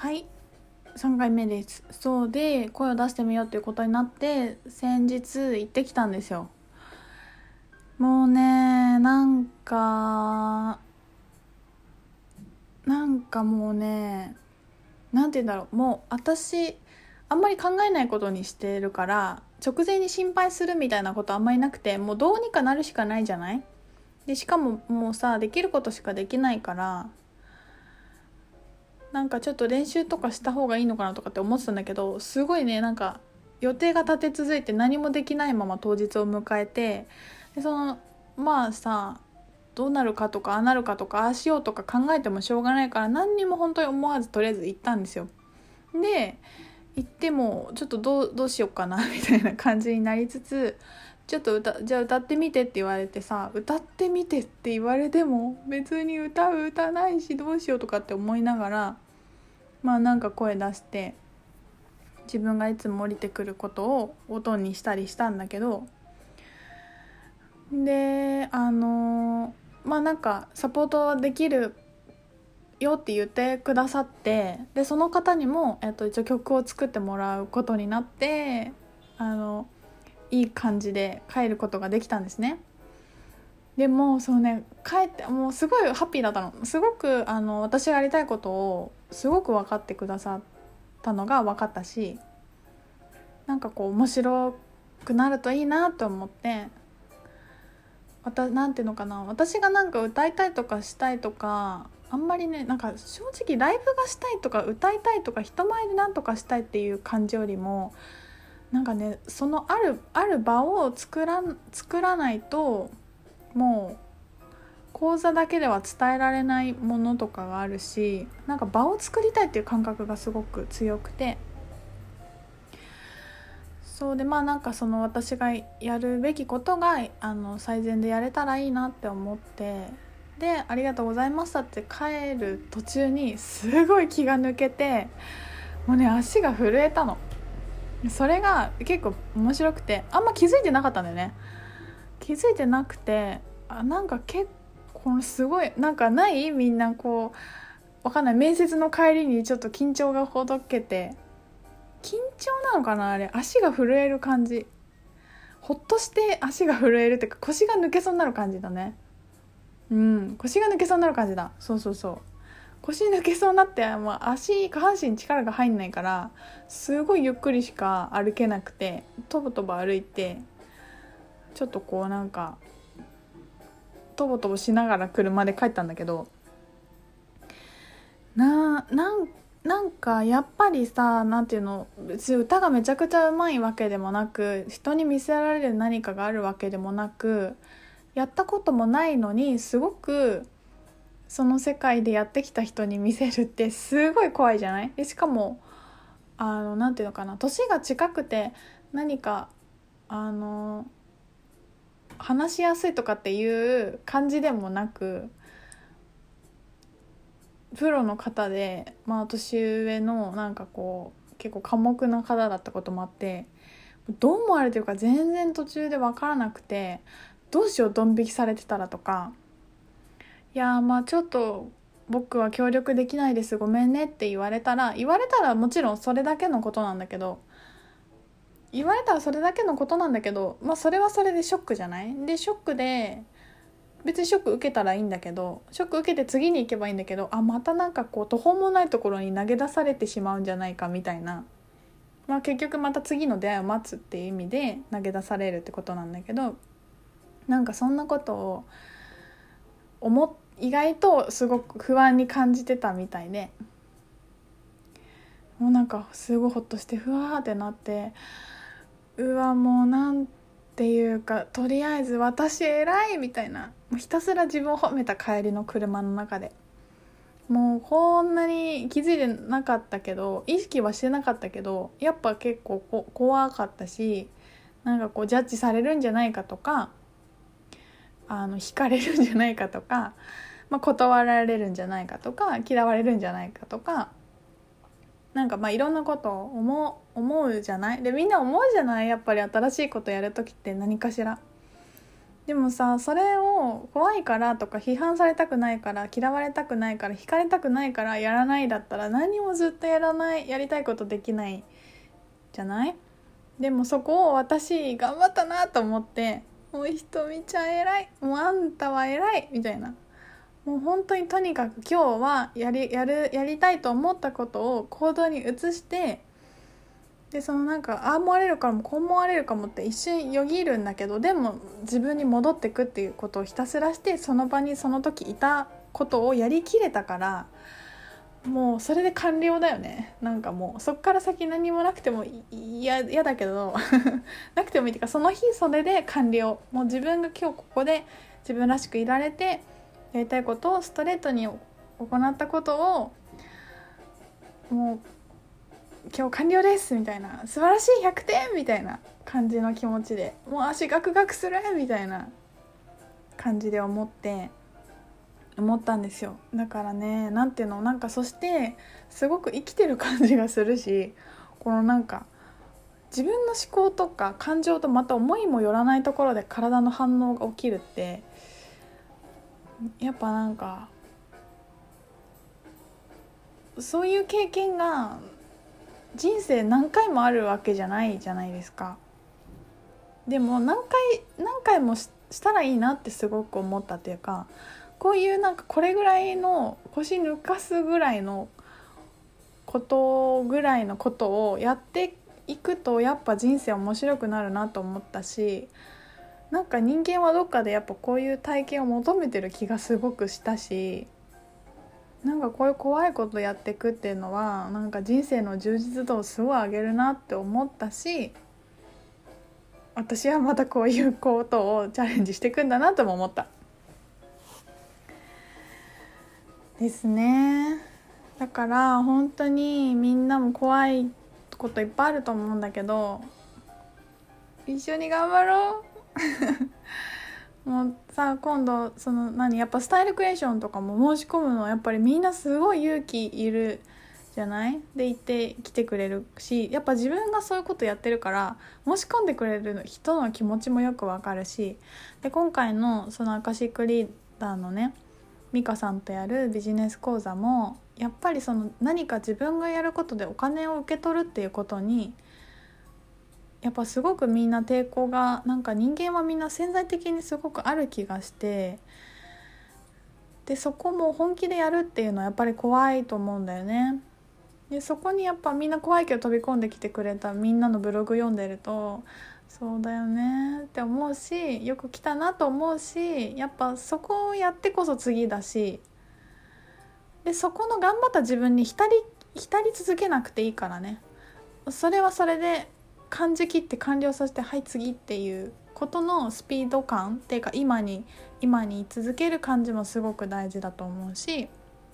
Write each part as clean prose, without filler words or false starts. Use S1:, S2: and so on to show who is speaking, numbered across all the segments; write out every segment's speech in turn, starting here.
S1: はい、3回目です。そうで、声を出してみようっていうことになって先日行ってきたんですよ。もうね、なんかもうね、なんて言うんだろう、もう私あんまり考えないことにしてるから、直前に心配するみたいなことあんまりなくて、もうどうにかなるしかないじゃない。でしかももうさ、できることしかできないから、なんかちょっと練習とかした方がいいのかなとかって思ってたんだけど、すごいね、なんか予定が立て続いて何もできないまま当日を迎えて、でまあさ、どうなるかとかああなるかとかああしようとか考えてもしょうがないから、何にも本当に思わずとりあえず行ったんですよ。で行ってもちょっとどうしようかなみたいな感じになりつつ、ちょっとじゃあ歌ってみてって言われてさ、歌ってみてって言われても別に歌ないしどうしようとかって思いながら、まあなんか声出して自分がいつも降りてくることを音にしたりしたんだけど、でまあなんかサポートできるよって言ってくださって、でその方にも、一応曲を作ってもらうことになって、いい感じで帰ることができたんですね。でもそうね、帰ってもうすごいハッピーだったの。すごく私がやりたいことをすごく分かってくださったのが分かったし、なんかこう面白くなるといいなと思って、なんていうのかな、私がなんか歌いたいとかしたいとかあんまりね、なんか正直ライブがしたいとか歌いたいとか人前でなんとかしたいっていう感じよりも、なんかね、そのある場を作らないと、もう講座だけでは伝えられないものとかがあるし、なんか場を作りたいっていう感覚がすごく強くて、そうで、まあなんかその私がやるべきことが最善でやれたらいいなって思って、でありがとうございましたって帰る途中にすごい気が抜けて、もうね足が震えたの。それが結構面白くて、あんま気づいてなかったんだよね。気づいてなくて、なんか結構すごいなんかない、みんなこうわかんない、面接の帰りにちょっと緊張がほどけて、緊張なのかな、あれ足が震える感じ、ほっとして足が震えるっていうか、腰が抜けそうになる感じだね。腰が抜けそうになる感じだ。そうそうそう、腰抜けそうになって、下半身力が入んないから、すごいゆっくりしか歩けなくて、とぼとぼ歩いて、ちょっとこうなんかとぼとぼしながら車で帰ったんだけど、なんかやっぱりさ、なんていうの、別に歌がめちゃくちゃうまいわけでもなく、人に見せられる何かがあるわけでもなく、やったこともないのにすごくその世界でやってきた人に見せるってすごい怖いじゃない。でしかもなんていうのかな、年が近くて何か話しやすいとかっていう感じでもなく、プロの方で、年上のなんかこう結構寡黙な方だったこともあって、どう思われてるか全然途中で分からなくて、どうしようドン引きされてたらとか、いやちょっと僕は協力できないですごめんねって言われたらもちろんそれだけのことなんだけど、それはそれでショックじゃない。でショックで別にショック受けたらいいんだけど、ショック受けて次に行けばいいんだけど、またなんかこう途方もないところに投げ出されてしまうんじゃないかみたいな、結局また次の出会いを待つっていう意味で投げ出されるってことなんだけど、なんかそんなことを意外とすごく不安に感じてたみたいで、もうなんかすごいほっとしてふわーってなって、もうなんていうか、とりあえず私偉いみたいな、もうひたすら自分を褒めた帰りの車の中で、もうこんなに気づいてなかったけど、意識はしてなかったけど、やっぱ結構怖かったし、なんかこうジャッジされるんじゃないかとか、惹かれるんじゃないかとか、断られるんじゃないかとか、嫌われるんじゃないかとか、なんかいろんなことを思うじゃない。でみんな思うじゃない、やっぱり新しいことやるときって何かしら。 でもさ、それを怖いからとか批判されたくないから嫌われたくないから惹かれたくないからやらないだったら、何もずっとやりたいことできないじゃない。でもそこを私頑張ったなと思って、もうひとみちゃん偉い、もうあんたは偉いみたいな、もう本当にとにかく今日はやりたいと思ったことを行動に移して、でそのなんかああ思われるかもこう思われるかもって一瞬よぎるんだけど、でも自分に戻ってくっていうことをひたすらして、その場にその時いたことをやりきれたから、もうそれで完了だよね。なんかもうそっから先何もなくても嫌だけどなくてもいいっていうか、その日それで完了。もう自分が今日ここで自分らしくいられて、やりたいことをストレートに行ったことをもう今日完了ですみたいな、素晴らしい100点みたいな感じの気持ちで、もう足ガクガクするみたいな感じで思ったんですよ。だからね、なんていうの、なんかそしてすごく生きてる感じがするし、このなんか自分の思考とか感情とまた思いもよらないところで体の反応が起きるって、やっぱなんかそういう経験が人生何回もあるわけじゃないじゃないですか。でも何回もしたらいいなってすごく思ったっていうか、こういうなんかこれぐらいの腰抜かすぐらいのことをやっていくと、やっぱ人生面白くなるなと思ったし、なんか人間はどっかでやっぱこういう体験を求めてる気がすごくしたし、なんかこういう怖いことやっていくっていうのはなんか人生の充実度をすごい上げるなって思ったし、私はまたこういうことをチャレンジしていくんだなとも思ったですね。だから本当にみんなも怖いこといっぱいあると思うんだけど、一緒に頑張ろうもうさ、今度そのやっぱスタイルクエーションとかも申し込むのやっぱりみんなすごい勇気いるじゃない。で行ってきてくれるし、やっぱ自分がそういうことやってるから申し込んでくれる人の気持ちもよくわかるし、で今回のそのアカシックリーダーのねミカさんとやるビジネス講座も、やっぱりその何か自分がやることでお金を受け取るっていうことにやっぱすごくみんな抵抗が、なんか人間はみんな潜在的にすごくある気がして、でそこも本気でやるっていうのはやっぱり怖いと思うんだよね。でそこにやっぱみんな怖いけど飛び込んできてくれたみんなのブログ読んでると、そうだよねって思うし、よく来たなと思うし、やっぱそこをやってこそ次だし、でそこの頑張った自分に浸り続けなくていいからね。それはそれで感じきって完了させて、はい次っていうことのスピード感っていうか、今に居続ける感じもすごく大事だと思うし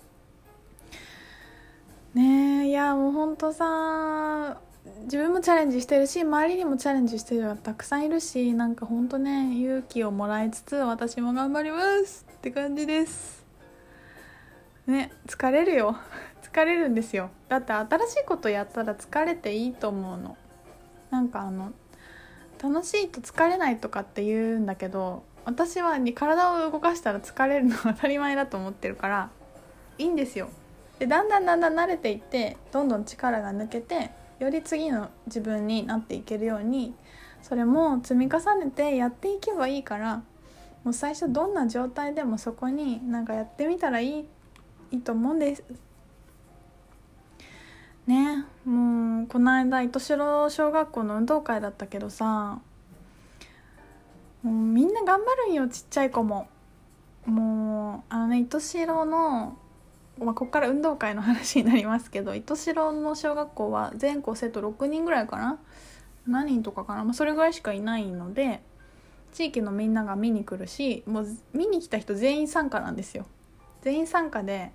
S1: ね。いやもうほんとさ、自分もチャレンジしてるし周りにもチャレンジしてる人がたくさんいるし、なんかほんとね勇気をもらいつつ私も頑張りますって感じですね。疲れるよ疲れるんですよ。だって新しいことやったら疲れていいと思うの。なんか楽しいと疲れないとかって言うんだけど、私は体を動かしたら疲れるのは当たり前だと思ってるからいいんですよ。でだんだん慣れていって、どんどん力が抜けてより次の自分になっていけるように、それも積み重ねてやっていけばいいから、もう最初どんな状態でもそこになんかやってみたらいいと思うんですね。もうこの間糸代小学校の運動会だったけどさ、もうみんな頑張るんよ、ちっちゃい子も。もう糸代の、ここから運動会の話になりますけど、糸代の小学校は全校生徒6人ぐらいかな、7人とかかな、それぐらいしかいないので、地域のみんなが見に来るし、もう見に来た人全員参加なんですよ。全員参加で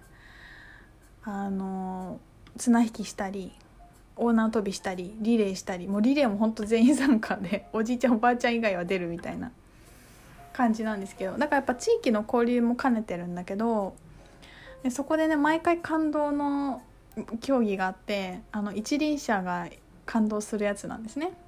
S1: 綱引きしたり大縄跳びしたりリレーしたり、もうリレーもほんと全員参加でおじいちゃんおばあちゃん以外は出るみたいな感じなんですけど、だからやっぱ地域の交流も兼ねてるんだけど、でそこでね毎回感動の競技があって、一輪車が感動するやつなんですね。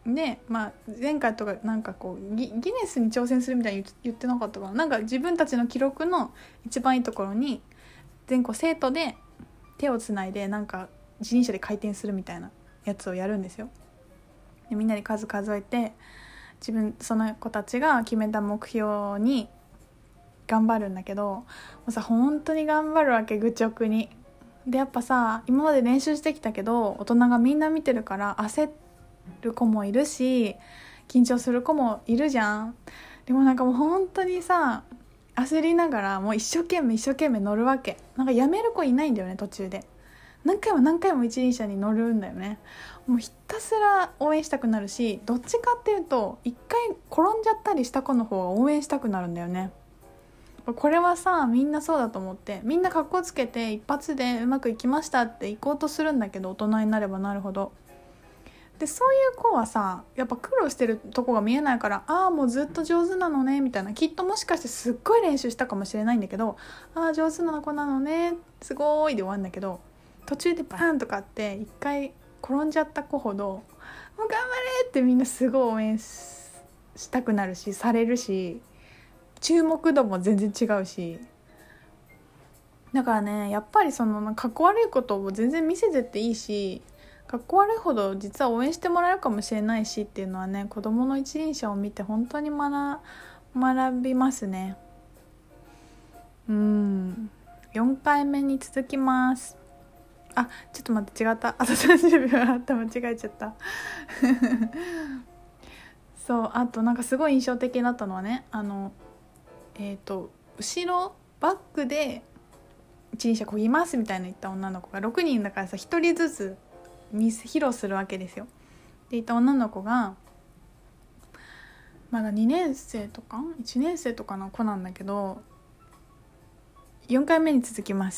S1: で、前回とかなんかこうギネスに挑戦するみたいに言ってなかったかな。なんか自分たちの記録の一番いいところに全校生徒で手をつないでなんか一輪車で回転するみたいなやつをやるんですよ。でみんなで数数えてその子たちが決めた目標に頑張るんだけど、もうさ本当に頑張るわけ、愚直に。でやっぱさ今まで練習してきたけど大人がみんな見てるから焦る子もいるし緊張する子もいるじゃん。でもなんかもう本当にさ焦りながらもう一生懸命乗るわけ。なんかやめる子いないんだよね。途中で何回も一輪車に乗るんだよね。もうひたすら応援したくなるし、どっちかっていうと一回転んじゃったりした子の方が応援したくなるんだよね。これはさみんなそうだと思って、みんな格好つけて一発でうまくいきましたって行こうとするんだけど、大人になればなるほど。でそういう子はさやっぱ苦労してるとこが見えないから、もうずっと上手なのねみたいな、きっともしかしてすっごい練習したかもしれないんだけど、上手な子なのねすごいで終わるんだけど、途中でバーンとかって一回転んじゃった子ほどもう頑張れってみんなすごい応援したくなるし、されるし、注目度も全然違うし。だからねやっぱりそのかっこ悪いことを全然見せてっていいし、かっこ悪いほど実は応援してもらえるかもしれないしっていうのはね、子供の一輪車を見て本当に学びますね。4回目に続きます。ちょっと待って、違った。あと30秒あった、間違えちゃったそう、あとなんかすごい印象的だったのはね、後ろバックで一輪車こぎますみたいな言った女の子が6人だからさ、1人ずつ披露するわけですよ。でいた女の子がまだ2年生とか1年生とかの子なんだけど、4回目に続きます。